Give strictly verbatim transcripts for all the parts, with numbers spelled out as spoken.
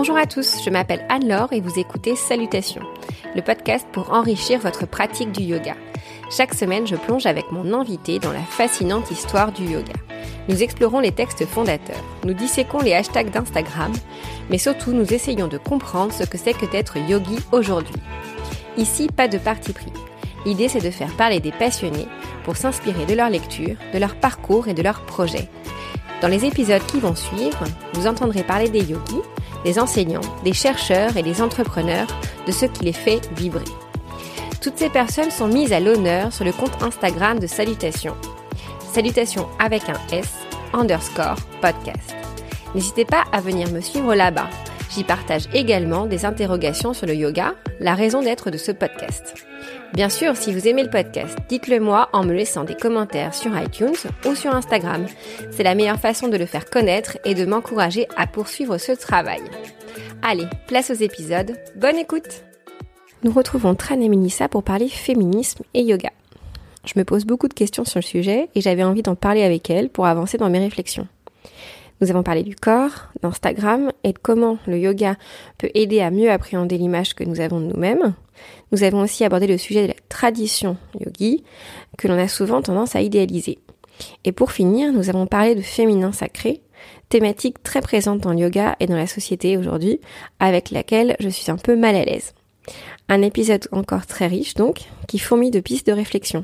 Bonjour à tous, je m'appelle Anne-Laure et vous écoutez Salutations, le podcast pour enrichir votre pratique du yoga. Chaque semaine, je plonge avec mon invité dans la fascinante histoire du yoga. Nous explorons les textes fondateurs, nous disséquons les hashtags d'Instagram, mais surtout nous essayons de comprendre ce que c'est que d'être yogi aujourd'hui. Ici, pas de parti pris. L'idée, c'est de faire parler des passionnés pour s'inspirer de leur lecture, de leur parcours et de leurs projets. Dans les épisodes qui vont suivre, vous entendrez parler des yogis, des enseignants, des chercheurs et des entrepreneurs, de ce qui les fait vibrer. Toutes ces personnes sont mises à l'honneur sur le compte Instagram de Salutations. Salutations avec un S, underscore, podcast. N'hésitez pas à venir me suivre là-bas. J'y partage également des interrogations sur le yoga, la raison d'être de ce podcast. Bien sûr, si vous aimez le podcast, dites-le moi en me laissant des commentaires sur iTunes ou sur Instagram. C'est la meilleure façon de le faire connaître et de m'encourager à poursuivre ce travail. Allez, place aux épisodes. Bonne écoute! Nous retrouvons Tran et Mélissa pour parler féminisme et yoga. Je me pose beaucoup de questions sur le sujet et j'avais envie d'en parler avec elles pour avancer dans mes réflexions. Nous avons parlé du corps, d'Instagram et de comment le yoga peut aider à mieux appréhender l'image que nous avons de nous-mêmes. Nous avons aussi abordé le sujet de la tradition yogi, que l'on a souvent tendance à idéaliser. Et pour finir, nous avons parlé de féminin sacré, thématique très présente dans le yoga et dans la société aujourd'hui, avec laquelle je suis un peu mal à l'aise. Un épisode encore très riche donc, qui fourmille de pistes de réflexion.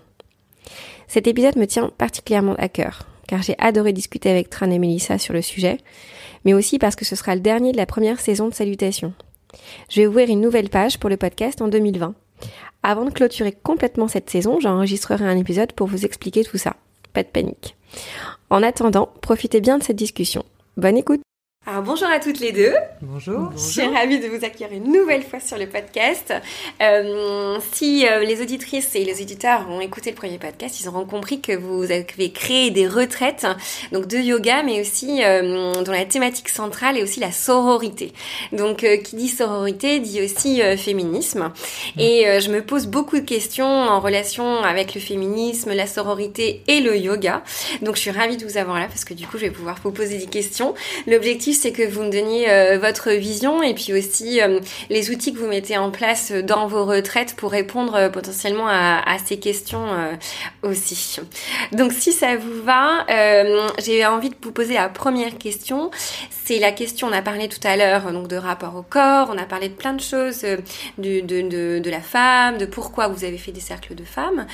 Cet épisode me tient particulièrement à cœur, car j'ai adoré discuter avec Tran et Mélissa sur le sujet, mais aussi parce que ce sera le dernier de la première saison de Salutations. Je vais ouvrir une nouvelle page pour le podcast en deux mille vingt. Avant de clôturer complètement cette saison, j'enregistrerai un épisode pour vous expliquer tout ça. Pas de panique. En attendant, profitez bien de cette discussion. Bonne écoute! Alors bonjour à toutes les deux. Bonjour. Je suis ravie de vous accueillir une nouvelle fois sur le podcast. Euh, si euh, les auditrices et les auditeurs ont écouté le premier podcast, ils auront compris que vous avez créé des retraites, donc de yoga, mais aussi euh, dont la thématique centrale est aussi la sororité. Donc euh, qui dit sororité dit aussi euh, féminisme. Et euh, je me pose beaucoup de questions en relation avec le féminisme, la sororité et le yoga. Donc je suis ravie de vous avoir là parce que du coup je vais pouvoir vous poser des questions. L'objectif c'est que vous me donniez euh, votre vision et puis aussi euh, les outils que vous mettez en place dans vos retraites pour répondre euh, potentiellement à, à ces questions euh, aussi. Donc si ça vous va, euh, j'ai envie de vous poser la première question. C'est la question, on a parlé tout à l'heure donc de rapport au corps, on a parlé de plein de choses, euh, de, de, de, de la femme, de pourquoi vous avez fait des cercles de femmes.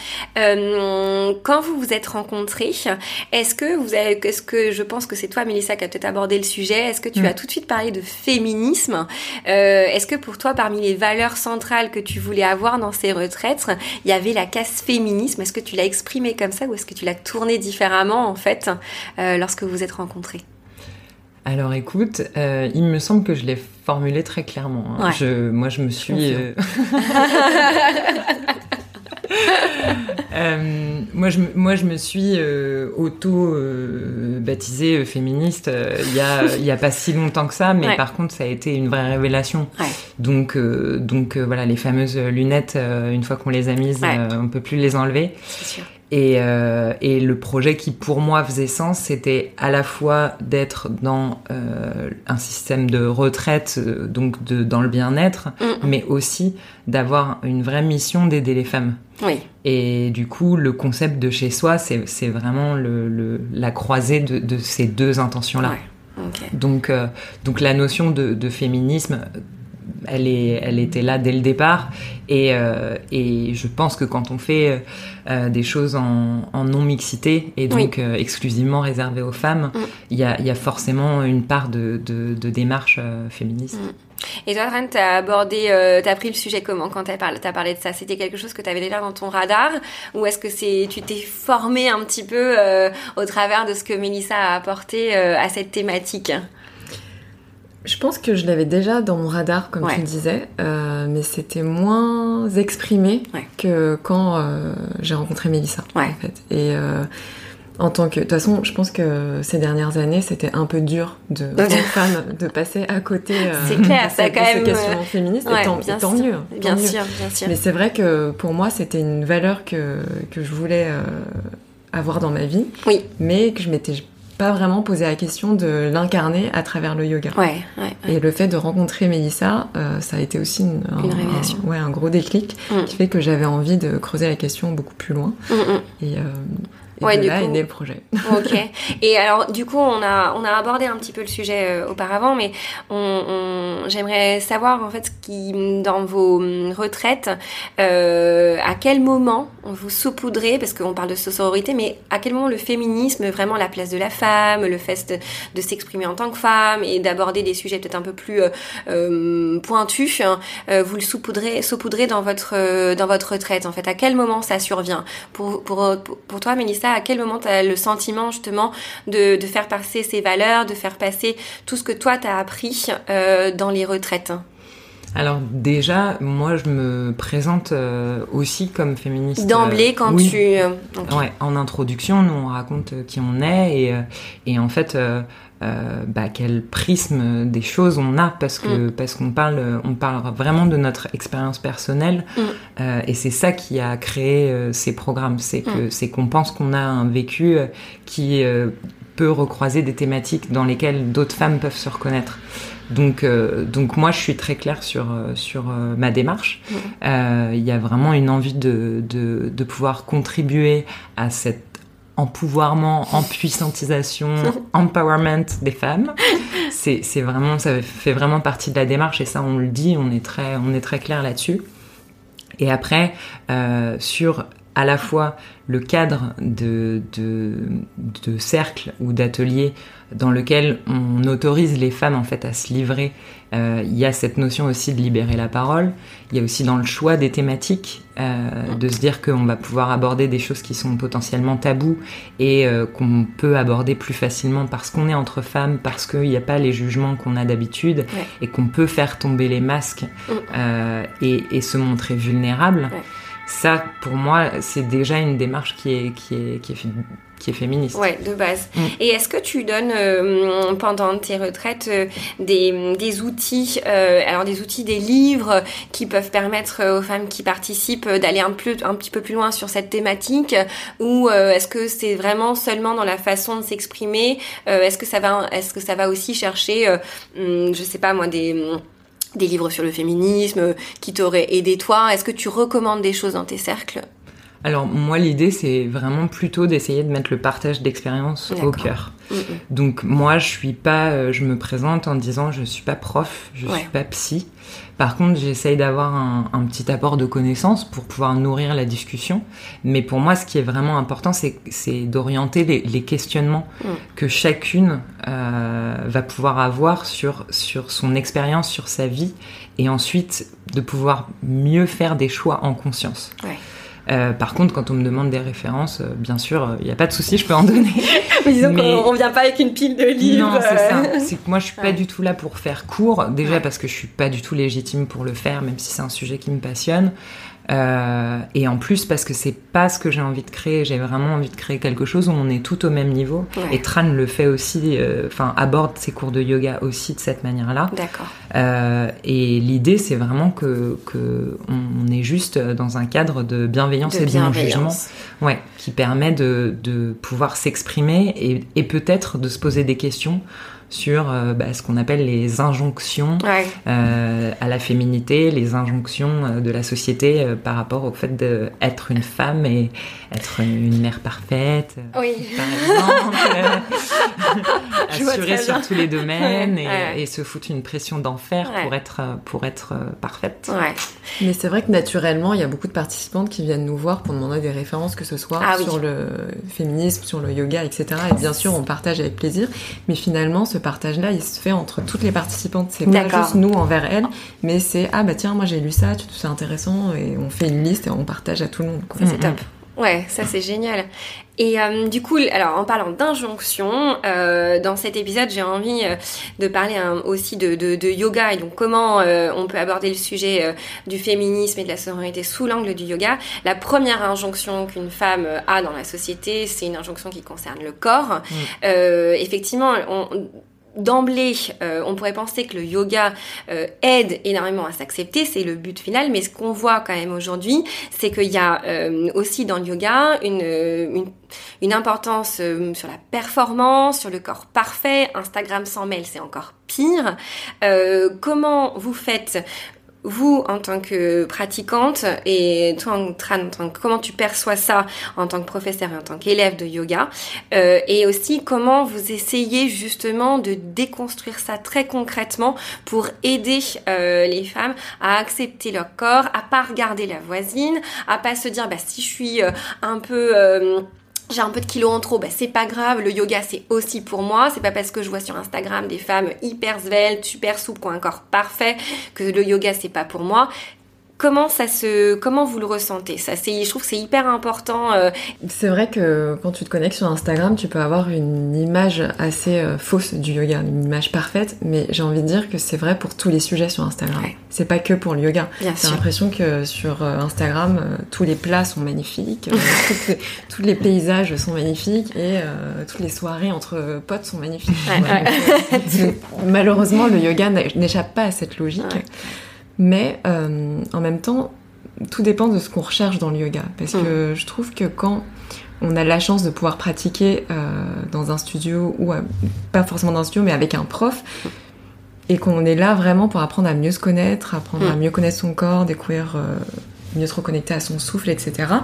Euh, quand vous vous êtes rencontrés, est-ce que vous avez, est-ce que je pense que c'est toi Mélissa qui a peut-être abordé le sujet. Est-ce que tu mmh. as tout de suite parlé de féminisme? euh, Est-ce que pour toi, parmi les valeurs centrales que tu voulais avoir dans ces retraites, il y avait la case féminisme? Est-ce que tu l'as exprimé comme ça ou est-ce que tu l'as tourné différemment en fait euh, lorsque vous vous êtes rencontrés? Alors écoute, euh, il me semble que je l'ai formulé très clairement. Hein. Ouais. Je, moi, je me suis... Euh... euh, moi, je, moi, je me suis euh, auto-baptisée euh, féministe euh, il y a, il y a pas si longtemps que ça, mais ouais. Par contre, ça a été une vraie révélation. Ouais. Donc, euh, donc euh, voilà, les fameuses lunettes, euh, une fois qu'on les a mises, ouais. euh, on peut plus les enlever. C'est sûr. Et, euh, et le projet qui, pour moi, faisait sens, c'était à la fois d'être dans euh, un système de retraite, euh, donc de, dans le bien-être, mmh. mais aussi d'avoir une vraie mission d'aider les femmes. Oui. Et du coup, le concept de chez soi, c'est, c'est vraiment le, le, la croisée de, de ces deux intentions-là. Ouais. Okay. Donc, euh, donc la notion de, de féminisme... Elle, est, elle était là dès le départ et, euh, et je pense que quand on fait euh, des choses en, en non-mixité et donc oui. euh, exclusivement réservées aux femmes, il mm. y, a, y a forcément une part de, de, de démarche euh, féministe. Mm. Et toi, Tran, t'as abordé, euh, t'as pris le sujet comment quand t'as parlé, t'as parlé de ça? C'était quelque chose que t'avais déjà dans ton radar ou est-ce que c'est, tu t'es formé un petit peu euh, au travers de ce que Mélissa a apporté euh, à cette thématique? Je pense que je l'avais déjà dans mon radar, comme ouais. tu le disais, euh, mais c'était moins exprimé ouais. que quand euh, j'ai rencontré Mélissa, ouais. en fait. Et euh, en tant que... De toute façon, je pense que ces dernières années, c'était un peu dur de, en tant que femme de passer à côté euh, c'est clair, de, ça de quand ces même... questionnements féministes, ouais, et tant, bien et tant sûr. mieux. Bien tant sûr, mieux. bien sûr. Mais c'est vrai que pour moi, c'était une valeur que, que je voulais euh, avoir dans ma vie, oui. mais que je m'étais pas vraiment posé la question de l'incarner à travers le yoga. Ouais, ouais, ouais. Et le fait de rencontrer Mélissa, euh, ça a été aussi une, un, une révélation. Un, ouais, un gros déclic mm. qui fait que j'avais envie de creuser la question beaucoup plus loin. Mm, mm. Et, euh, et ouais, de du là coup, est né le projet. Ok. Et alors, du coup, on a on a abordé un petit peu le sujet euh, auparavant, mais on, on j'aimerais savoir en fait ce qui dans vos retraites, euh, à quel moment vous saupoudrez, parce qu'on parle de sororité, mais à quel moment le féminisme, vraiment la place de la femme, le fait de, de s'exprimer en tant que femme et d'aborder des sujets peut-être un peu plus euh, euh, pointus, hein, euh, vous le saupoudrez saupoudrez dans votre euh, dans votre retraite. En fait, à quel moment ça survient pour pour pour toi, Mélissa? À quel moment tu as le sentiment justement de, de faire passer ces valeurs, de faire passer tout ce que toi t'as appris euh, dans les retraites? Alors déjà, moi je me présente euh, aussi comme féministe. D'emblée quand euh, oui. tu... Euh, okay. Ouais, en introduction, nous on raconte qui on est et, euh, et en fait... Euh, Euh, bah, quel prisme des choses on a parce que mm. parce qu'on parle on parle vraiment de notre expérience personnelle mm. euh, et c'est ça qui a créé euh, ces programmes, c'est que mm. c'est qu'on pense qu'on a un vécu euh, qui euh, peut recroiser des thématiques dans lesquelles d'autres femmes peuvent se reconnaître. Donc, euh, donc moi, je suis très claire sur sur euh, ma démarche. Il mm. euh, y a vraiment une envie de de de pouvoir contribuer à cette empouvoirment, empuissantisation, empowerment des femmes. C'est, c'est vraiment, ça fait vraiment partie de la démarche et ça, on le dit, on est très, on est très clair là-dessus. Et après, euh, sur à la fois le cadre de, de, de cercle ou d'atelier dans lequel on autorise les femmes en fait à se livrer, euh, il y a cette notion aussi de libérer la parole. Il y a aussi dans le choix des thématiques euh, de se dire qu'on va pouvoir aborder des choses qui sont potentiellement tabous et euh, qu'on peut aborder plus facilement parce qu'on est entre femmes, parce qu'il n'y a pas les jugements qu'on a d'habitude ouais. et qu'on peut faire tomber les masques euh, et, et se montrer vulnérable. Ouais. Ça, pour moi, c'est déjà une démarche qui est, qui est, qui est, qui est féministe. Ouais, de base. Mm. Et est-ce que tu donnes, euh, pendant tes retraites, euh, des, des outils, euh, alors des outils, des livres qui peuvent permettre aux femmes qui participent d'aller un, peu, un petit peu plus loin sur cette thématique, ou euh, est-ce que c'est vraiment seulement dans la façon de s'exprimer? euh, Est-ce que ça va, est-ce que ça va aussi chercher, euh, je sais pas moi, des... des livres sur le féminisme qui t'auraient aidé toi? Est-ce que tu recommandes des choses dans tes cercles? Alors moi, l'idée, c'est vraiment plutôt d'essayer de mettre le partage d'expérience au cœur. Mmh. Donc moi, je suis pas, euh, je me présente en disant je suis pas prof, je ouais. suis pas psy. Par contre, j'essaye d'avoir un, un petit apport de connaissances pour pouvoir nourrir la discussion. Mais pour moi, ce qui est vraiment important, c'est, c'est d'orienter les, les questionnements mmh. que chacune euh, va pouvoir avoir sur, sur son expérience, sur sa vie, et ensuite de pouvoir mieux faire des choix en conscience. Ouais. Euh, par contre, quand on me demande des références, euh, bien sûr, il euh, n'y a pas de souci, je peux en donner. Mais disons mais... qu'on ne vient pas avec une pile de livres. Non, c'est ça. C'est que moi, je ne suis ouais. pas du tout là pour faire court. Déjà ouais. parce que je ne suis pas du tout légitime pour le faire, même si c'est un sujet qui me passionne. Euh, et en plus, parce que c'est pas ce que j'ai envie de créer. J'ai vraiment envie de créer quelque chose où on est tout au même niveau. Ouais. Et Tran le fait aussi, enfin, euh, aborde ses cours de yoga aussi de cette manière-là. D'accord. Euh, et l'idée, c'est vraiment que, que on est juste dans un cadre de bienveillance de et de non-jugement. Ouais, qui permet de, de pouvoir s'exprimer et, et peut-être de se poser des questions sur euh, bah, ce qu'on appelle les injonctions ouais. euh, à la féminité, les injonctions euh, de la société euh, par rapport au fait d'être une femme et être une mère parfaite, oui. par exemple, assurer sur tous les domaines ouais. et, ouais. et se foutre une pression d'enfer ouais. pour être, pour être euh, parfaite. Ouais. Mais c'est vrai que naturellement, il y a beaucoup de participantes qui viennent nous voir pour demander des références, que ce soit ah, sur oui. le féminisme, sur le yoga, et cetera. Et bien sûr, on partage avec plaisir, mais finalement, ce partage-là, il se fait entre toutes les participantes. C'est D'accord. pas juste nous envers elles, mais c'est ah bah tiens, moi j'ai lu ça, tu trouves ça intéressant, et on fait une liste et on partage à tout le monde. Quoi. Ça c'est top. Ouais, ça c'est génial. Et euh, du coup, alors en parlant d'injonction, euh, dans cet épisode, j'ai envie euh, de parler hein, aussi de, de, de yoga et donc comment euh, on peut aborder le sujet euh, du féminisme et de la sororité sous l'angle du yoga. La première injonction qu'une femme a dans la société, c'est une injonction qui concerne le corps. Mmh. Euh, effectivement, on d'emblée, euh, on pourrait penser que le yoga euh, aide énormément à s'accepter, c'est le but final, mais ce qu'on voit quand même aujourd'hui, c'est qu'il y a euh, aussi dans le yoga une, une, une importance euh, sur la performance, sur le corps parfait. Instagram s'en mêle, c'est encore pire. Euh, comment vous faites vous, en tant que pratiquante, et toi, en tant que, comment tu perçois ça en tant que professeur et en tant qu'élève de yoga, euh, et aussi comment vous essayez justement de déconstruire ça très concrètement pour aider euh, les femmes à accepter leur corps, à pas regarder la voisine, à pas se dire bah si je suis euh, un peu euh, j'ai un peu de kilos en trop, bah c'est pas grave, le yoga c'est aussi pour moi, c'est pas parce que je vois sur Instagram des femmes hyper sveltes, super souples, qui ont un corps parfait, que le yoga c'est pas pour moi. Comment ça se, comment vous le ressentez? Ça, c'est, je trouve que c'est hyper important. Euh... C'est vrai que quand tu te connectes sur Instagram, tu peux avoir une image assez euh, fausse du yoga, une image parfaite, mais j'ai envie de dire que c'est vrai pour tous les sujets sur Instagram. Ouais. C'est pas que pour le yoga. Bien J'ai sûr. l'impression que sur euh, Instagram, euh, tous les plats sont magnifiques, euh, toutes les, tous les paysages sont magnifiques et euh, toutes les soirées entre potes sont magnifiques. Ouais, ouais. Ouais. Donc, malheureusement, le yoga n'échappe pas à cette logique. Ouais. Mais euh, en même temps, tout dépend de ce qu'on recherche dans le yoga. Parce mmh. que je trouve que quand on a la chance de pouvoir pratiquer euh, dans un studio, ou euh, pas forcément dans un studio, mais avec un prof, et qu'on est là vraiment pour apprendre à mieux se connaître, apprendre mmh. à mieux connaître son corps, découvrir, euh, mieux se reconnecter à son souffle, et cetera.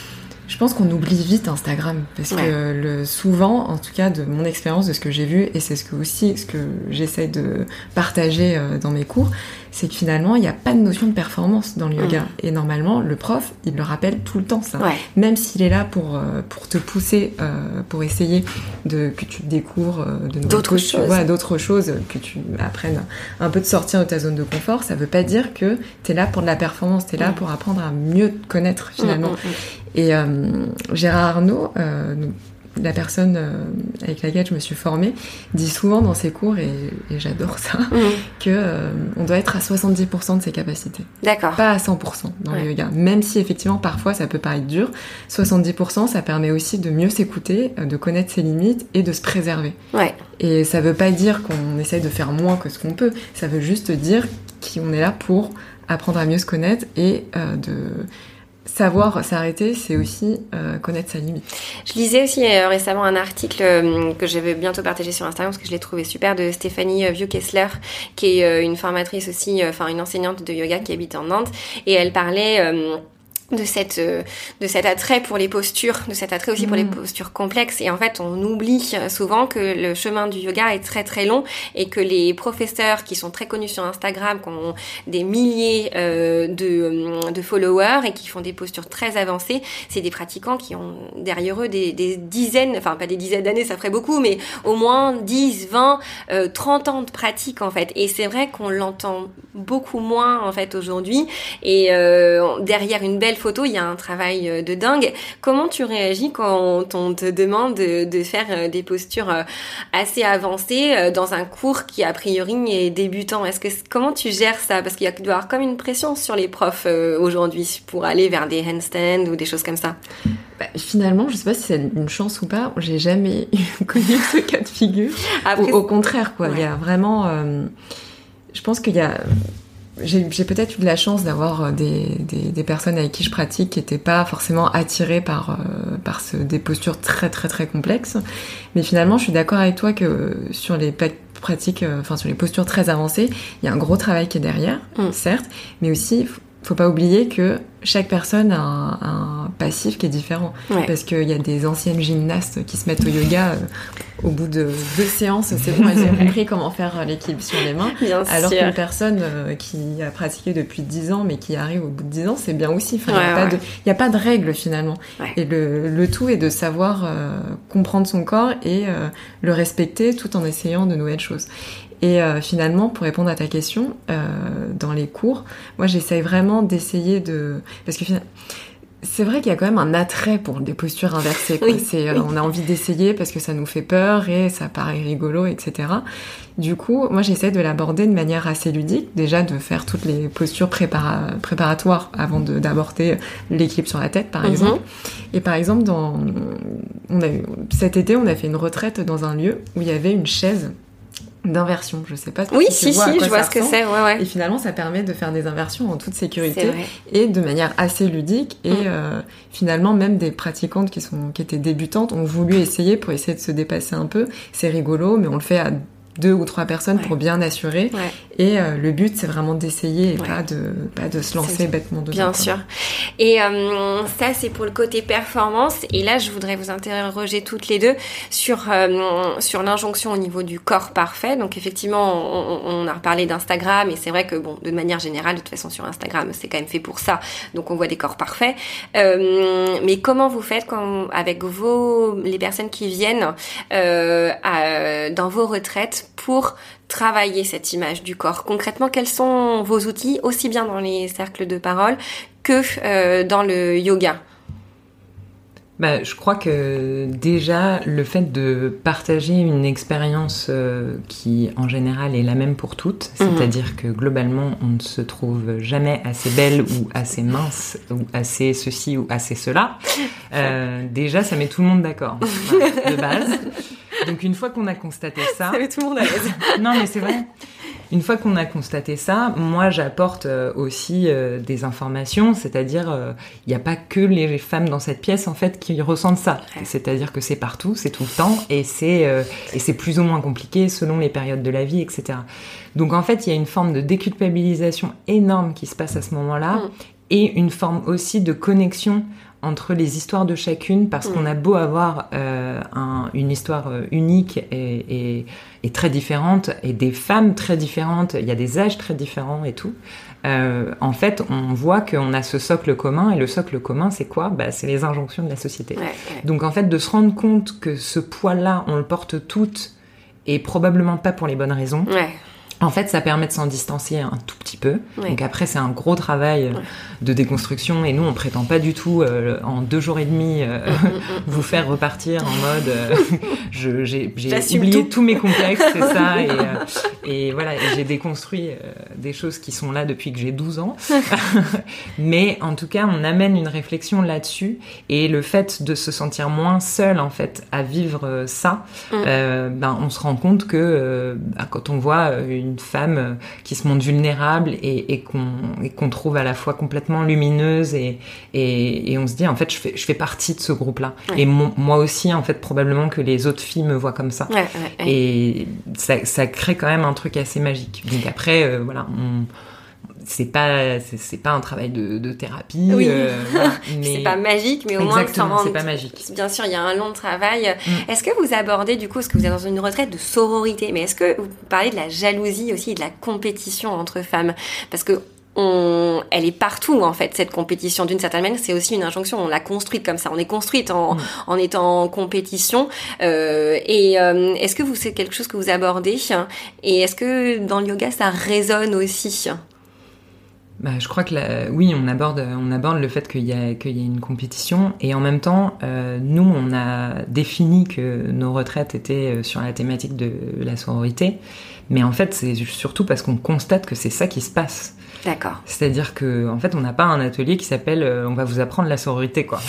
Je pense qu'on oublie vite Instagram, parce ouais. que le, souvent, en tout cas de mon expérience, de ce que j'ai vu, et c'est ce que aussi ce que j'essaie de partager euh, dans mes cours, c'est que finalement, il n'y a pas de notion de performance dans le yoga. Mmh. Et normalement, le prof, il le rappelle tout le temps, ça. Ouais. Même s'il est là pour, euh, pour te pousser, euh, pour essayer de, que tu découvres euh, de d'autres choses. Tu vois, d'autres choses, que tu apprennes un peu de sortir de ta zone de confort. Ça ne veut pas dire que tu es là pour de la performance, tu es là mmh. pour apprendre à mieux te connaître, finalement. Mmh, mmh. Et euh, Gérard Arnault, euh, la personne euh, avec laquelle je me suis formée, dit souvent dans ses cours, et, et j'adore ça, mmh. que euh, on doit être à soixante-dix pour cent de ses capacités. D'accord. Pas à cent pour cent dans ouais. le yoga. Même si effectivement parfois ça peut paraître dur, soixante-dix pour cent ça permet aussi de mieux s'écouter, de connaître ses limites et de se préserver. Ouais. Et ça veut pas dire qu'on essaye de faire moins que ce qu'on peut, ça veut juste dire qu'on est là pour apprendre à mieux se connaître et euh, de... Savoir s'arrêter, c'est aussi euh, connaître sa limite. Je lisais aussi euh, récemment un article euh, que je vais bientôt partager sur Instagram parce que je l'ai trouvé super, de Stéphanie Vieux-Kessler, qui est euh, une formatrice aussi, enfin euh, une enseignante de yoga qui habite en Nantes, et elle parlait euh, de cette euh, de cet attrait pour les postures, de cet attrait aussi mmh. pour les postures complexes, et en fait on oublie souvent que le chemin du yoga est très très long, et que les professeurs qui sont très connus sur Instagram, qui ont des milliers euh, de de followers et qui font des postures très avancées, c'est des pratiquants qui ont derrière eux des des dizaines, enfin pas des dizaines d'années, ça ferait beaucoup, mais au moins dix, vingt, euh, trente ans de pratique en fait, et c'est vrai qu'on l'entend beaucoup moins en fait aujourd'hui, et euh, derrière une belle photo, il y a un travail de dingue. Comment tu réagis quand on te demande de, de faire des postures assez avancées dans un cours qui a priori est débutant? Est-ce que comment tu gères ça? Parce qu'il y a doit y avoir comme une pression sur les profs aujourd'hui pour aller vers des handstands ou des choses comme ça. Bah, finalement, je sais pas si c'est une chance ou pas. J'ai jamais connu ce cas de figure. Après, au, au contraire, quoi. Ouais. Il y a vraiment. Euh, je pense qu'il y a. J'ai, j'ai peut-être eu de la chance d'avoir des, des, des personnes avec qui je pratique qui n'étaient pas forcément attirées par, euh, par ce, des postures très très très complexes. Mais finalement, je suis d'accord avec toi que sur les pratiques, euh, enfin sur les postures très avancées, il y a un gros travail qui est derrière, mmh. certes, mais aussi faut pas oublier que chaque personne a un, un passif qui est différent. Ouais. Parce qu'il y a des anciennes gymnastes qui se mettent au yoga euh, au bout de deux séances, c'est bon, elles ont compris comment faire l'équilibre sur les mains. Bien alors sûr. Qu'une personne euh, qui a pratiqué depuis dix ans, mais qui arrive au bout de dix ans, c'est bien aussi. Enfin, il ouais, n'y a, ouais. a pas de règle finalement. Ouais. Et le, le tout est de savoir euh, comprendre son corps et euh, le respecter tout en essayant de nouvelles choses. Et euh, finalement, pour répondre à ta question, euh, dans les cours, moi j'essaye vraiment d'essayer de... Parce que finalement, c'est vrai qu'il y a quand même un attrait pour des postures inversées. Quoi. Oui, c'est, euh, oui. On a envie d'essayer parce que ça nous fait peur et ça paraît rigolo, et cetera. Du coup, moi j'essaie de l'aborder de manière assez ludique, déjà de faire toutes les postures prépara- préparatoires avant de, d'aborder l'équilibre sur la tête, par mm-hmm. exemple. Et par exemple, dans, on a eu, cet été, on a fait une retraite dans un lieu où il y avait une chaise d'inversion. Je sais pas oui, si, si, si, je vois ce que c'est. Ouais, ouais. Et finalement, ça permet de faire des inversions en toute sécurité et de manière assez ludique. Et mmh. euh, finalement, même des pratiquantes qui sont qui étaient débutantes ont voulu essayer pour essayer de se dépasser un peu. C'est rigolo, mais on le fait à deux ou trois personnes ouais. pour bien assurer. Ouais. Et euh, le but, c'est vraiment d'essayer et ouais. pas de pas de se lancer bêtement dedans. Bien sûr. Et euh, ça, c'est pour le côté performance. Et là, je voudrais vous interroger toutes les deux sur euh, sur l'injonction au niveau du corps parfait. Donc effectivement, on, on a reparlé d'Instagram, et c'est vrai que bon, de manière générale, de toute façon sur Instagram, c'est quand même fait pour ça. Donc on voit des corps parfaits. Euh, mais comment vous faites quand avec vos les personnes qui viennent euh, à, dans vos retraites pour travailler cette image du corps? Concrètement, quels sont vos outils, aussi bien dans les cercles de parole que euh, dans le yoga? Bah, je crois que déjà, le fait de partager une expérience euh, qui, en général, est la même pour toutes, mmh. c'est-à-dire que, globalement, on ne se trouve jamais assez belle ou assez mince ou assez ceci ou assez cela, euh, déjà, ça met tout le monde d'accord, voilà, de base. Donc une fois qu'on a constaté ça... Ça met tout le monde à l'aise. Non, mais c'est vrai. Une fois qu'on a constaté ça, moi j'apporte euh, aussi euh, des informations, c'est-à-dire il euh, n'y a pas que les femmes dans cette pièce en fait qui ressentent ça. Ouais. C'est-à-dire que c'est partout, c'est tout le temps, et c'est, euh, et c'est plus ou moins compliqué selon les périodes de la vie, et cetera. Donc en fait, il y a une forme de déculpabilisation énorme qui se passe à ce moment-là, mmh. et une forme aussi de connexion entre les histoires de chacune, parce mmh. qu'on a beau avoir euh, un, une histoire euh, unique et, et, et très différente, et des femmes très différentes, il y a des âges très différents et tout, euh, en fait, on voit qu'on a ce socle commun, et le socle commun, c'est quoi ? Bah, c'est les injonctions de la société. Ouais, ouais. Donc en fait, de se rendre compte que ce poids-là, on le porte toutes, et probablement pas pour les bonnes raisons, ouais. En fait, ça permet de s'en distancer un tout petit peu. Ouais. Donc après, c'est un gros travail ouais. de déconstruction. Et nous, on prétend pas du tout, euh, en deux jours et demi, euh, vous faire repartir en mode... Euh, je, j'ai j'ai oublié tout. tous mes complexes, c'est ça. Et, euh, et voilà, et j'ai déconstruit euh, des choses qui sont là depuis que j'ai douze ans. Mais en tout cas, on amène une réflexion là-dessus. Et le fait de se sentir moins seul, en fait, à vivre ça, mm. euh, ben, on se rend compte que euh, ben, quand on voit une une femme qui se montre vulnérable et, et, qu'on, et qu'on trouve à la fois complètement lumineuse et, et, et on se dit en fait je fais, je fais partie de ce groupe-là ouais. et mon, moi aussi en fait probablement que les autres filles me voient comme ça ouais, ouais, ouais. et ça, ça crée quand même un truc assez magique. Donc après euh, voilà on c'est pas c'est, c'est pas un travail de, de thérapie oui. euh, voilà, mais c'est pas magique mais au moins exactement c'est pas magique. Bien sûr il y a un long travail. Mm. Est-ce que vous abordez du coup parce que vous êtes dans une retraite de sororité, mais est-ce que vous parlez de la jalousie aussi et de la compétition entre femmes, parce que on, elle est partout en fait cette compétition d'une certaine manière, c'est aussi une injonction, on l'a construite comme ça, on est construite en, mmh. en étant en compétition euh, et euh, est-ce que vous c'est quelque chose que vous abordez et est-ce que dans le yoga ça résonne aussi? Bah, je crois que la... oui, on aborde, on aborde le fait qu'il y a, qu'il y a une compétition et en même temps, euh, nous, on a défini que nos retraites étaient sur la thématique de la sororité, mais en fait, c'est surtout parce qu'on constate que c'est ça qui se passe. D'accord. C'est-à-dire que, en fait, on n'a pas un atelier qui s'appelle euh, on va vous apprendre la sororité, quoi.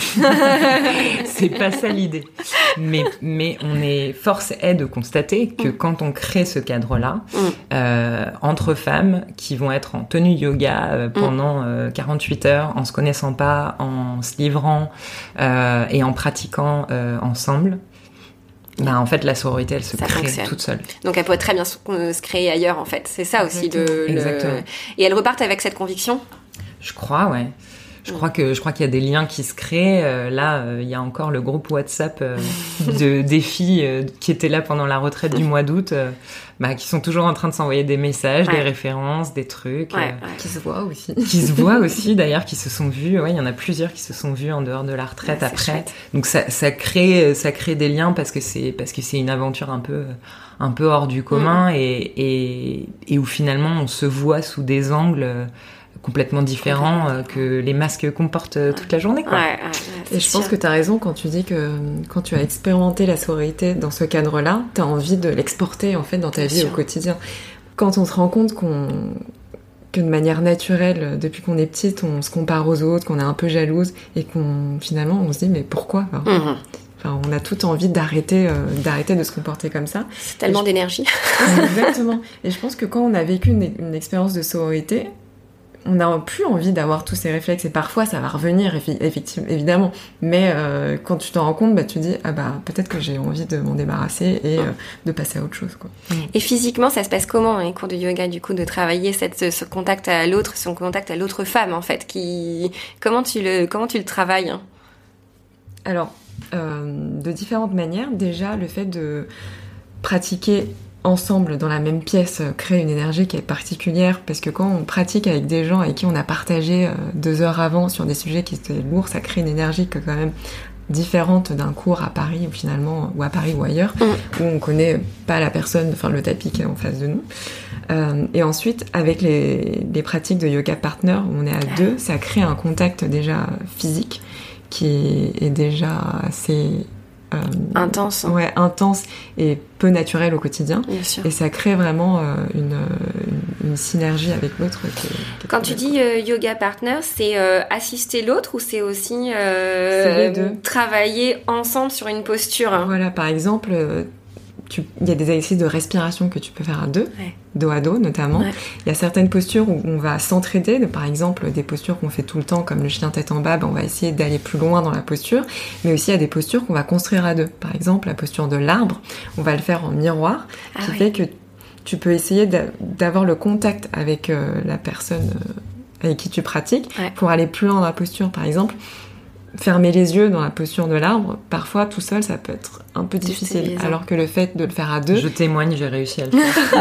C'est pas ça l'idée. Mais, mais on est, force est de constater que mm. quand on crée ce cadre-là, mm. euh, entre femmes qui vont être en tenue yoga euh, pendant euh, quarante-huit heures, en se connaissant pas, en se livrant euh, et en pratiquant euh, ensemble, bah, en fait, la sororité, elle se ça crée fonctionne. toute seule. Donc, elle pourrait très bien se, se créer ailleurs, en fait. C'est ça aussi. De, Exactement. Le... Et elles repartent avec cette conviction ? Je crois, ouais. Je crois que je crois qu'il y a des liens qui se créent. Euh, là, euh, il y a encore le groupe WhatsApp euh, de des filles euh, qui étaient là pendant la retraite du mois d'août, euh, bah, qui sont toujours en train de s'envoyer des messages, ouais. des références, des trucs, ouais, euh, ouais. qui se voient aussi, qui se voient aussi d'ailleurs, qui se sont vus. Ouais, il y en a plusieurs qui se sont vus en dehors de la retraite ouais, après. Chouette. Donc ça ça crée ça crée des liens parce que c'est parce que c'est une aventure un peu un peu hors du commun mmh. et et et où finalement on se voit sous des angles complètement différent euh, que les masques qu'on porte euh, toute la journée, quoi. Ouais, ouais, ouais, et je sûr. pense que t'as raison quand tu dis que quand tu as expérimenté la sororité dans ce cadre-là, t'as envie de l'exporter en fait dans ta Bien vie sûr. au quotidien. Quand on se rend compte qu'on que de manière naturelle, depuis qu'on est petite, on se compare aux autres, qu'on est un peu jalouse et qu'on finalement on se dit mais pourquoi enfin, mm-hmm. on a toute envie d'arrêter, euh, d'arrêter de se comporter comme ça. C'est tellement je... d'énergie. Exactement. Et je pense que quand on a vécu une, une expérience de sororité, on n'a plus envie d'avoir tous ces réflexes. Et parfois, ça va revenir, effectivement, évidemment. Mais euh, quand tu t'en rends compte, bah, tu te dis, ah bah, peut-être que j'ai envie de m'en débarrasser et euh, de passer à autre chose, quoi. Et physiquement, ça se passe comment, les cours de yoga, du coup, de travailler cette, ce contact à l'autre, son contact à l'autre femme, en fait, qui... Comment tu le, comment tu le travailles? Alors, euh, de différentes manières. Déjà, le fait de pratiquer ensemble dans la même pièce crée une énergie qui est particulière, parce que quand on pratique avec des gens avec qui on a partagé euh, deux heures avant sur des sujets qui étaient lourds, ça crée une énergie que quand même différente d'un cours à Paris ou finalement ou à Paris ou ailleurs mmh. où on connaît pas la personne, enfin le tapis qui est en face de nous. Euh, et ensuite avec les, les pratiques de yoga partner où on est à deux, ça crée un contact déjà physique qui est déjà assez Euh, intense. Ouais, intense et peu naturel au quotidien. Bien sûr. Et ça crée vraiment euh, une, une, une synergie avec l'autre. Qui, qui Quand tu dis euh, yoga partner, c'est euh, assister l'autre ou c'est aussi euh, c'est les deux. Travailler ensemble sur une posture? Voilà, par exemple, tu, il y a des exercices de respiration que tu peux faire à deux, ouais. dos à dos notamment. Ouais. Il y a certaines postures où on va s'entraider, par exemple des postures qu'on fait tout le temps comme le chien tête en bas, ben on va essayer d'aller plus loin dans la posture, mais aussi il y a des postures qu'on va construire à deux. Par exemple la posture de l'arbre, on va le faire en miroir, ah qui oui. fait que tu peux essayer d'avoir le contact avec euh, la personne euh, avec qui tu pratiques ouais. pour aller plus loin dans la posture. Par exemple, fermer les yeux dans la posture de l'arbre, parfois tout seul ça peut être un peu difficile, alors que le fait de le faire à deux... Je témoigne, j'ai réussi à le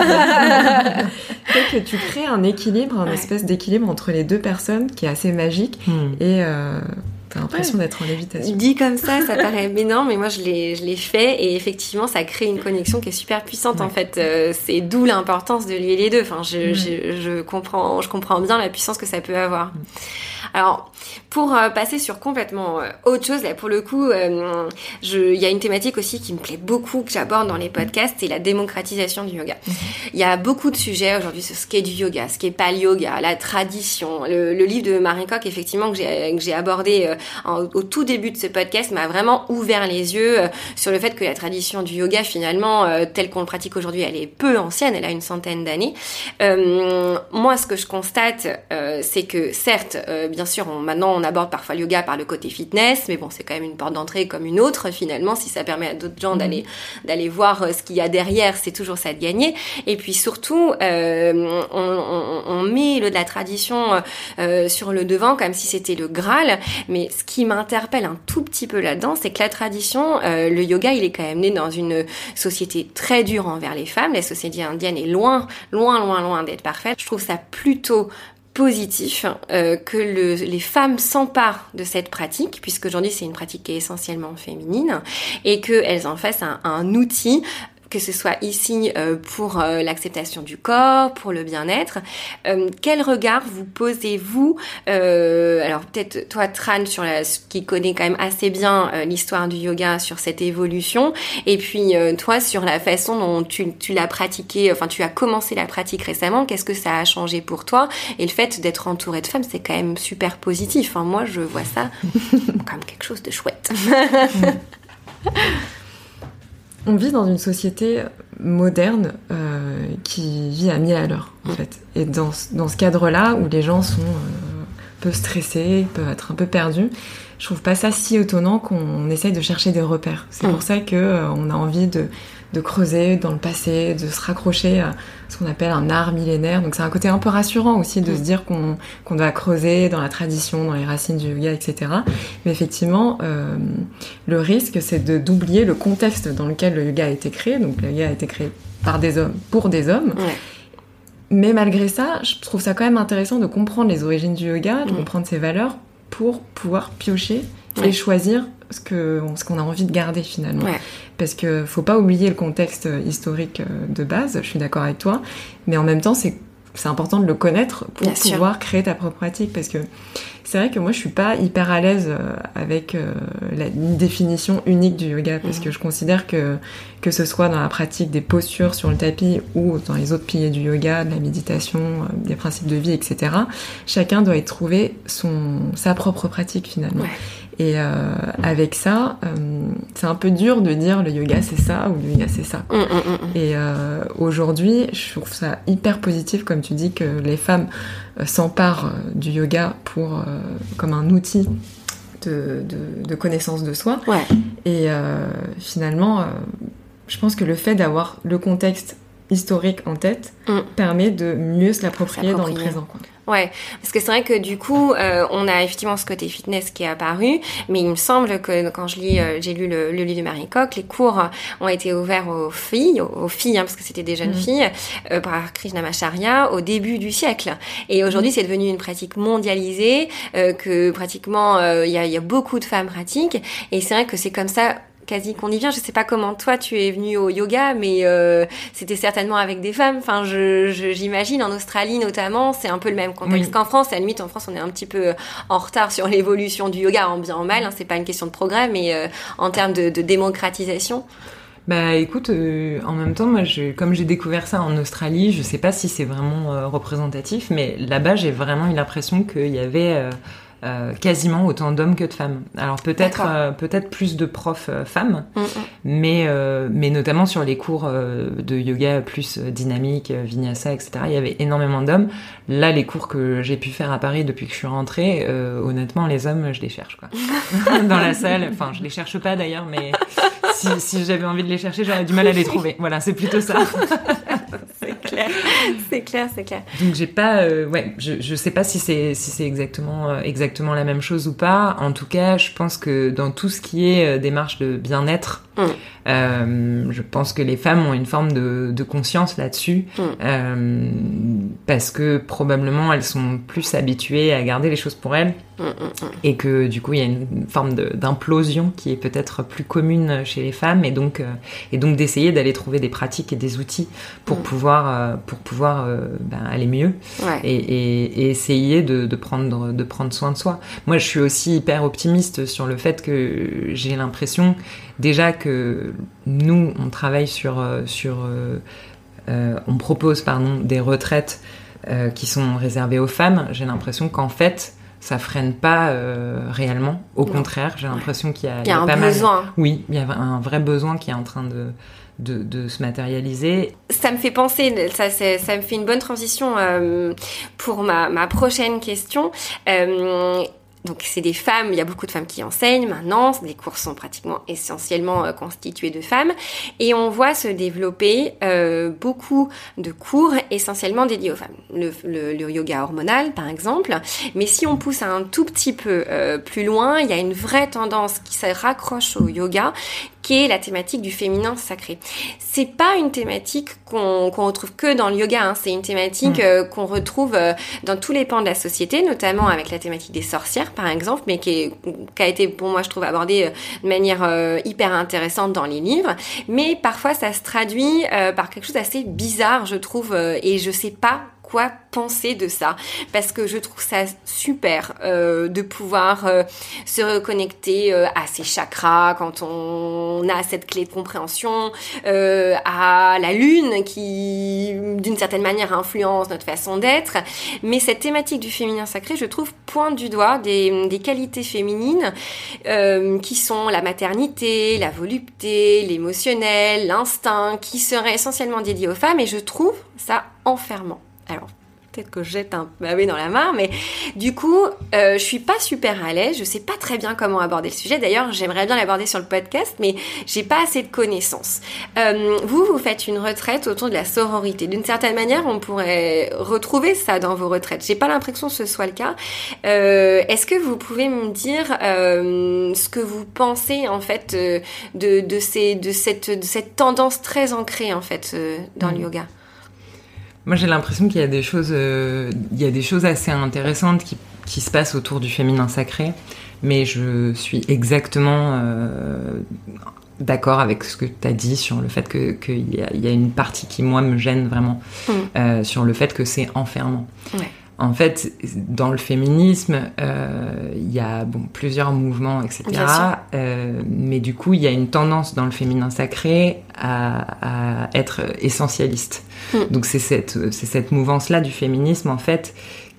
faire. fait que tu crées un équilibre, un ouais. espèce d'équilibre entre les deux personnes qui est assez magique hmm. et euh, t'as l'impression ouais. d'être en lévitation. Dit comme ça, ça paraît énorme, mais moi je l'ai, je l'ai fait et effectivement ça crée une connexion qui est super puissante ouais. en fait. Euh, c'est d'où l'importance de lier les deux. Enfin, je, ouais. je, je, comprends, je comprends bien la puissance que ça peut avoir. Hmm. Alors, pour euh, passer sur complètement euh, autre chose, là, pour le coup, euh, je, il y a une thématique aussi qui me plaît beaucoup, que j'aborde dans les podcasts, c'est la démocratisation du yoga. Mmh. Il y a beaucoup de sujets aujourd'hui sur ce qu'est du yoga, ce qu'est pas le yoga, la tradition. Le, le livre de Marie Koch, effectivement, que j'ai, que j'ai abordé euh, en, au tout début de ce podcast, m'a vraiment ouvert les yeux euh, sur le fait que la tradition du yoga, finalement, euh, telle qu'on le pratique aujourd'hui, elle est peu ancienne, elle a une centaine d'années. Euh, moi, ce que je constate, euh, c'est que, certes, euh, bien sûr, on, maintenant on aborde parfois le yoga par le côté fitness, mais bon, c'est quand même une porte d'entrée comme une autre finalement. Si ça permet à d'autres gens mmh. d'aller d'aller voir ce qu'il y a derrière, c'est toujours ça de gagner. Et puis surtout, euh, on, on, on met le, de la tradition euh, sur le devant comme si c'était le Graal. Mais ce qui m'interpelle un tout petit peu là-dedans, c'est que la tradition, euh, le yoga, il est quand même né dans une société très dure envers les femmes. La société indienne est loin, loin, loin, loin d'être parfaite. Je trouve ça plutôt positif euh, que le, les femmes s'emparent de cette pratique, puisque aujourd'hui c'est une pratique qui est essentiellement féminine, et qu'elles en fassent un, un outil, que ce soit ici euh, pour euh, l'acceptation du corps, pour le bien-être. Euh, quel regard vous posez-vous euh, alors peut-être toi Tran, sur la, qui connaît quand même assez bien euh, l'histoire du yoga, sur cette évolution, et puis euh, toi sur la façon dont tu, tu l'as pratiqué, enfin tu as commencé la pratique récemment, qu'est-ce que ça a changé pour toi? Et le fait d'être entourée de femmes, c'est quand même super positif, hein. Moi je vois ça comme quelque chose de chouette. On vit dans une société moderne euh, qui vit à mille à l'heure, en mmh. fait. Et dans, dans ce cadre-là, où les gens sont euh, un peu stressés, peuvent être un peu perdus, je trouve pas ça si étonnant qu'on essaye de chercher des repères. C'est mmh. pour ça qu'on euh, a envie de, de creuser dans le passé, de se raccrocher à ce qu'on appelle un art millénaire. Donc c'est un côté un peu rassurant aussi de mmh. se dire qu'on, qu'on doit creuser dans la tradition, dans les racines du yoga, et cetera. Mais effectivement, euh, le risque, c'est de, d'oublier le contexte dans lequel le yoga a été créé. Donc le yoga a été créé par des hommes, pour des hommes. Ouais. Mais malgré ça, je trouve ça quand même intéressant de comprendre les origines du yoga, de mmh. comprendre ses valeurs, pour pouvoir piocher ouais. et choisir ce, que, ce qu'on a envie de garder finalement. Ouais. Parce qu'il faut pas oublier le contexte historique de base, je suis d'accord avec toi, mais en même temps, c'est, c'est important de le connaître pour Bien pouvoir sûr. Créer ta propre pratique. Parce que c'est vrai que moi, je suis pas hyper à l'aise avec euh, la une définition unique du yoga, parce mmh. que je considère que, que ce soit dans la pratique des postures sur le tapis ou dans les autres piliers du yoga, de la méditation, euh, des principes de vie, et cetera, chacun doit y trouver son, sa propre pratique finalement. Ouais. Et euh, avec ça, euh, c'est un peu dur de dire le yoga c'est ça ou le yoga c'est ça. Mmh, mmh, mmh. Et euh, aujourd'hui, je trouve ça hyper positif, comme tu dis, que les femmes euh, s'emparent euh, du yoga pour, euh, comme un outil de, de, de connaissance de soi. Ouais. Et euh, finalement, euh, je pense que le fait d'avoir le contexte historique en tête mmh. permet de mieux se l'approprier, dans le présent, quoi. Ouais, parce que c'est vrai que du coup, euh, on a effectivement ce côté fitness qui est apparu, mais il me semble que quand je lis, euh, j'ai lu le, le livre de Marie Koch, les cours ont été ouverts aux filles, aux, aux filles, hein, parce que c'était des jeunes mmh. filles, euh, par Krishnamacharya au début du siècle. Et aujourd'hui, mmh. c'est devenu une pratique mondialisée, euh, que pratiquement, il euh, y, a, y a beaucoup de femmes pratiquent, et c'est vrai que c'est comme ça quasi qu'on y vient. Je sais pas comment toi tu es venue au yoga, mais euh, c'était certainement avec des femmes. Enfin, je, je j'imagine en Australie notamment, c'est un peu le même contexte oui. qu'en France. À la limite, en France, on est un petit peu en retard sur l'évolution du yoga, en bien en mal. Hein, c'est pas une question de progrès, mais euh, en termes de, de démocratisation. Bah écoute, euh, en même temps, moi, je, comme j'ai découvert ça en Australie, je sais pas si c'est vraiment euh, représentatif, mais là-bas, j'ai vraiment eu l'impression qu'il y avait euh, Euh, quasiment autant d'hommes que de femmes. Alors peut-être euh, peut-être plus de profs euh, femmes, mm-hmm. mais euh, mais notamment sur les cours euh, de yoga plus euh, dynamique, euh, vinyasa, et cetera. Il y avait énormément d'hommes. Là, les cours que j'ai pu faire à Paris depuis que je suis rentrée, euh, honnêtement, les hommes, je les cherche quoi. Dans la salle. Enfin, je les cherche pas d'ailleurs, mais si, si j'avais envie de les chercher, j'aurais du mal à les trouver. Voilà, c'est plutôt ça. C'est clair, c'est clair, c'est clair. Donc j'ai pas, euh, ouais, je je sais pas si c'est si c'est exactement euh, exactement la même chose ou pas. En tout cas, je pense que dans tout ce qui est euh, démarche de bien-être, mm. euh, je pense que les femmes ont une forme de de conscience là-dessus, mm. euh, parce que probablement elles sont plus habituées à garder les choses pour elles, mm, mm, mm. et que du coup il y a une forme de d'implosion qui est peut-être plus commune chez les femmes, et donc euh, et donc d'essayer d'aller trouver des pratiques et des outils pour mm. pouvoir euh, pour pouvoir euh, ben, aller mieux, ouais. et, et, et essayer de, de prendre de prendre soin de soi. Moi, je suis aussi hyper optimiste sur le fait que j'ai l'impression déjà que nous on travaille sur sur euh, euh, on propose pardon des retraites euh, qui sont réservées aux femmes. J'ai l'impression qu'en fait ça freine pas euh, réellement. Au non. contraire, j'ai l'impression qu'il y a, il y a, il y a un pas besoin. Mal... Oui, il y a un vrai besoin qui est en train de De, de se matérialiser. Ça me fait penser, ça, c'est, ça me fait une bonne transition euh, pour ma, ma prochaine question. Euh, donc c'est des femmes, il y a beaucoup de femmes qui enseignent maintenant, les cours sont pratiquement essentiellement euh, constitués de femmes, et on voit se développer euh, beaucoup de cours essentiellement dédiés aux femmes. Le, le, le yoga hormonal par exemple, mais si on pousse un tout petit peu euh, plus loin, il y a une vraie tendance qui se raccroche au yoga, qui est la thématique du féminin sacré. C'est pas une thématique qu'on, qu'on retrouve que dans le yoga, hein. C'est une thématique mmh. euh, qu'on retrouve euh, dans tous les pans de la société, notamment avec la thématique des sorcières, par exemple, mais qui, est, qui a été, pour moi, je trouve, abordée euh, de manière euh, hyper intéressante dans les livres. Mais parfois, ça se traduit euh, par quelque chose d'assez bizarre, je trouve, euh, et je sais pas quoi penser de ça, parce que je trouve ça super euh, de pouvoir euh, se reconnecter euh, à ses chakras quand on a cette clé de compréhension, euh, à la lune qui d'une certaine manière influence notre façon d'être, mais cette thématique du féminin sacré, je trouve, pointe du doigt des, des qualités féminines euh, qui sont la maternité, la volupté, l'émotionnel, l'instinct, qui seraient essentiellement dédiés aux femmes, et je trouve ça enfermant. Alors, peut-être que je jette un pavé dans la mare, mais du coup, euh, je suis pas super à l'aise, je sais pas très bien comment aborder le sujet. D'ailleurs, j'aimerais bien l'aborder sur le podcast, mais j'ai pas assez de connaissances. Euh, vous, vous faites une retraite autour de la sororité. D'une certaine manière, on pourrait retrouver ça dans vos retraites. J'ai pas l'impression que ce soit le cas. Euh, est-ce que vous pouvez me dire euh, ce que vous pensez en fait euh, de, de, ces, de, cette, de cette tendance très ancrée en fait euh, dans mmh. le yoga? Moi, j'ai l'impression qu'il y a des choses, euh, il y a des choses assez intéressantes qui, qui se passent autour du féminin sacré, mais je suis exactement euh, d'accord avec ce que tu as dit sur le fait que qu'il y a, il y a une partie qui, moi, me gêne vraiment, mmh. euh, sur le fait que c'est enfermant. Ouais. En fait, dans le féminisme, euh, il y a bon, plusieurs mouvements, et cetera. Euh, mais du coup, il y a une tendance dans le féminin sacré à, à être essentialiste. Mm. Donc c'est cette, c'est cette mouvance-là du féminisme, en fait,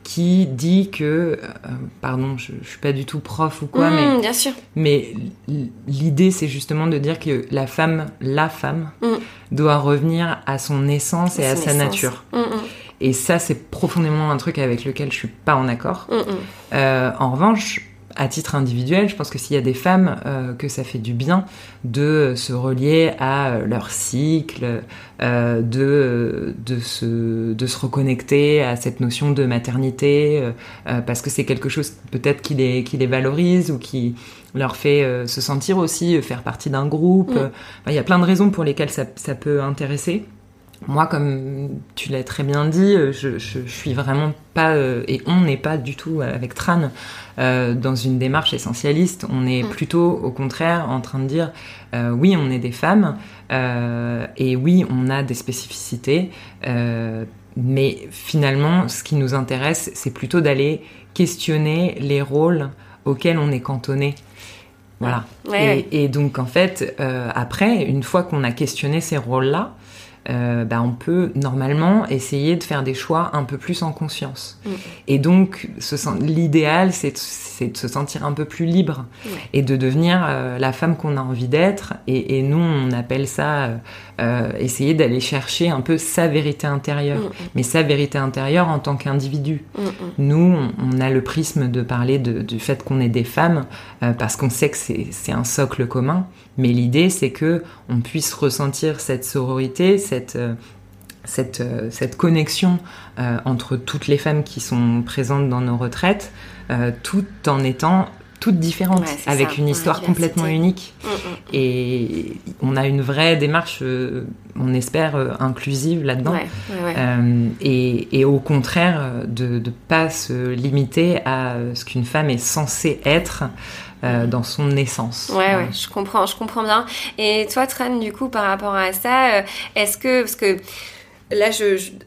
qui dit que, euh, pardon, je, je suis pas du tout prof ou quoi, mmh, mais bien sûr. mais l'idée c'est justement de dire que la femme, la femme, mmh. doit revenir à son essence et à, à sa essence. nature. Mmh, mmh. Et ça, c'est profondément un truc avec lequel je suis pas en accord. Mmh, mmh. Euh, en revanche, à titre individuel, je pense que s'il y a des femmes euh, que ça fait du bien de se relier à leur cycle, euh, de, de, se, de se reconnecter à cette notion de maternité, euh, parce que c'est quelque chose peut-être qui les, qui les valorise ou qui leur fait euh, se sentir aussi, faire partie d'un groupe. Mmh. Enfin, il y a plein de raisons pour lesquelles ça, ça peut intéresser. Moi, comme tu l'as très bien dit, je, je, je suis vraiment pas, euh, et on n'est pas du tout avec Tran euh, dans une démarche essentialiste. On est mmh. plutôt, au contraire, en train de dire euh, oui, on est des femmes, euh, et oui, on a des spécificités, euh, mais finalement, ce qui nous intéresse, c'est plutôt d'aller questionner les rôles auxquels on est cantonné. Voilà. Ouais, et, ouais. et donc, en fait, euh, après, une fois qu'on a questionné ces rôles-là, Euh, bah, on peut normalement essayer de faire des choix un peu plus en conscience. Mmh. Et donc, ce, l'idéal, c'est de, c'est de se sentir un peu plus libre ouais. et de devenir euh, la femme qu'on a envie d'être. Et, et nous, on appelle ça euh, essayer d'aller chercher un peu sa vérité intérieure. Mmh. Mais sa vérité intérieure en tant qu'individu. Mmh. Nous, on, on a le prisme de parler de, du fait qu'on est des femmes euh, parce qu'on sait que c'est, c'est un socle commun. Mais l'idée, c'est que on puisse ressentir cette sororité, cette, euh, cette, euh, cette connexion euh, entre toutes les femmes qui sont présentes dans nos retraites, euh, tout en étant toutes différentes, ouais, avec ça. une histoire ouais, complètement unique. Mmh, mmh. Et on a une vraie démarche, euh, on espère, euh, inclusive là-dedans. Ouais, ouais, ouais. Euh, et, et au contraire, de ne pas se limiter à ce qu'une femme est censée être Euh, dans son essence. Ouais, ouais, je comprends, je comprends bien. Et toi, Tran, du coup, par rapport à ça, est-ce que, parce que là, je, je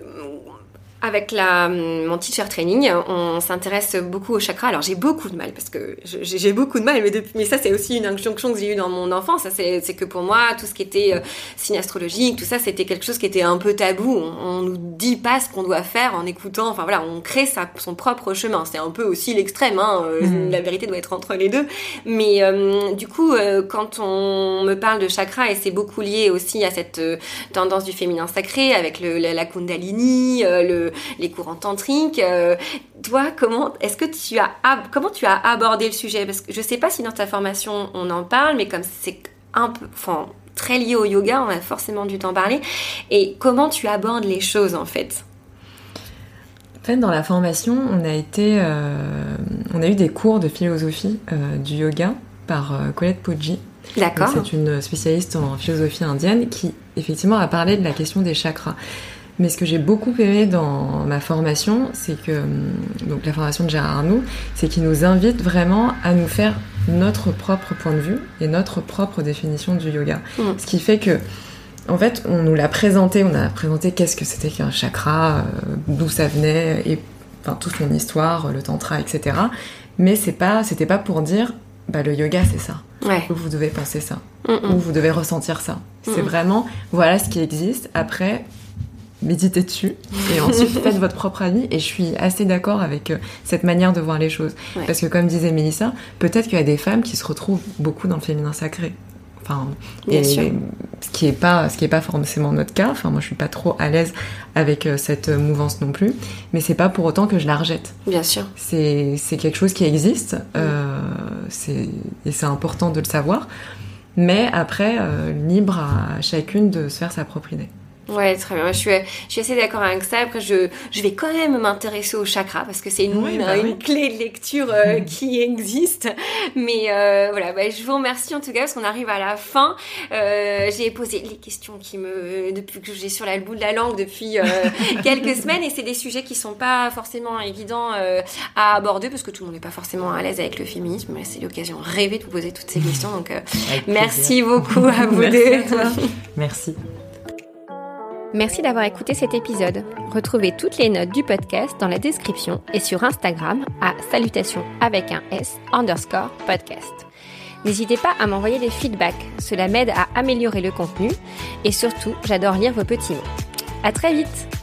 avec la, mon teacher training, on s'intéresse beaucoup au chakra. Alors, j'ai beaucoup de mal, parce que je, j'ai beaucoup de mal, mais, depuis, mais ça, c'est aussi une injonction que j'ai eue dans mon enfance. Ça, c'est, c'est que pour moi, tout ce qui était euh, signe astrologique, tout ça, c'était quelque chose qui était un peu tabou. On, on nous dit pas ce qu'on doit faire en écoutant. Enfin, voilà, on crée sa, son propre chemin. C'est un peu aussi l'extrême, hein. Mmh. La vérité doit être entre les deux. Mais euh, du coup, euh, quand on me parle de chakra, et c'est beaucoup lié aussi à cette euh, tendance du féminin sacré, avec le, la, la kundalini, euh, le les courants tantriques. Euh, toi, comment est-ce que tu as ab- comment tu as abordé le sujet? Parce que je sais pas si dans ta formation on en parle, mais comme c'est un peu, enfin très lié au yoga, on a forcément dû t'en parler. Et comment tu abordes les choses en fait? En fait, dans la formation, on a été, euh, on a eu des cours de philosophie euh, du yoga par euh, Colette Poggi. D'accord. Donc, c'est une spécialiste en philosophie indienne qui effectivement a parlé de la question des chakras. Mais ce que j'ai beaucoup aimé dans ma formation, c'est que, donc la formation de Gérard Arnoux, c'est qu'il nous invite vraiment à nous faire notre propre point de vue et notre propre définition du yoga. Mmh. Ce qui fait que, en fait, on nous l'a présenté, on a présenté qu'est-ce que c'était qu'un chakra, euh, d'où ça venait, et enfin toute son histoire, le tantra, et cetera. Mais c'est pas, c'était pas pour dire, bah le yoga c'est ça. Ouais. Ou vous devez penser ça. Mmh. Ou vous devez ressentir ça. Mmh. C'est vraiment, voilà ce qui existe. Après, méditez dessus et ensuite faites votre propre avis. Et je suis assez d'accord avec euh, cette manière de voir les choses. Ouais. Parce que comme disait Mélissa, peut-être qu'il y a des femmes qui se retrouvent beaucoup dans le féminin sacré. Enfin, et, et, ce qui est pas, ce qui est pas forcément notre cas. Enfin, moi, je suis pas trop à l'aise avec euh, cette mouvance non plus. Mais c'est pas pour autant que je la rejette. Bien sûr. C'est, c'est quelque chose qui existe. Mmh. Euh, c'est, et c'est important de le savoir. Mais après, euh, libre à chacune de se faire sa propre idée. Ouais, très bien. Je suis, je suis assez d'accord avec ça. Après, je, je vais quand même m'intéresser au chakra parce que c'est une, oui, bah une oui. clé de lecture euh, qui existe. Mais euh, voilà, bah, je vous remercie en tout cas parce qu'on arrive à la fin. Euh, j'ai posé les questions qui me, depuis que j'ai sur la bout de la langue depuis euh, quelques semaines, et c'est des sujets qui sont pas forcément évidents euh, à aborder parce que tout le monde n'est pas forcément à l'aise avec le féminisme. Mais c'est l'occasion rêvée de vous poser toutes ces questions. Donc, euh, merci beaucoup à vous merci deux. À toi. Merci. Merci d'avoir écouté cet épisode. Retrouvez toutes les notes du podcast dans la description et sur Instagram à salutations avec un S underscore podcast. N'hésitez pas à m'envoyer des feedbacks, cela m'aide à améliorer le contenu et surtout, j'adore lire vos petits mots. À très vite!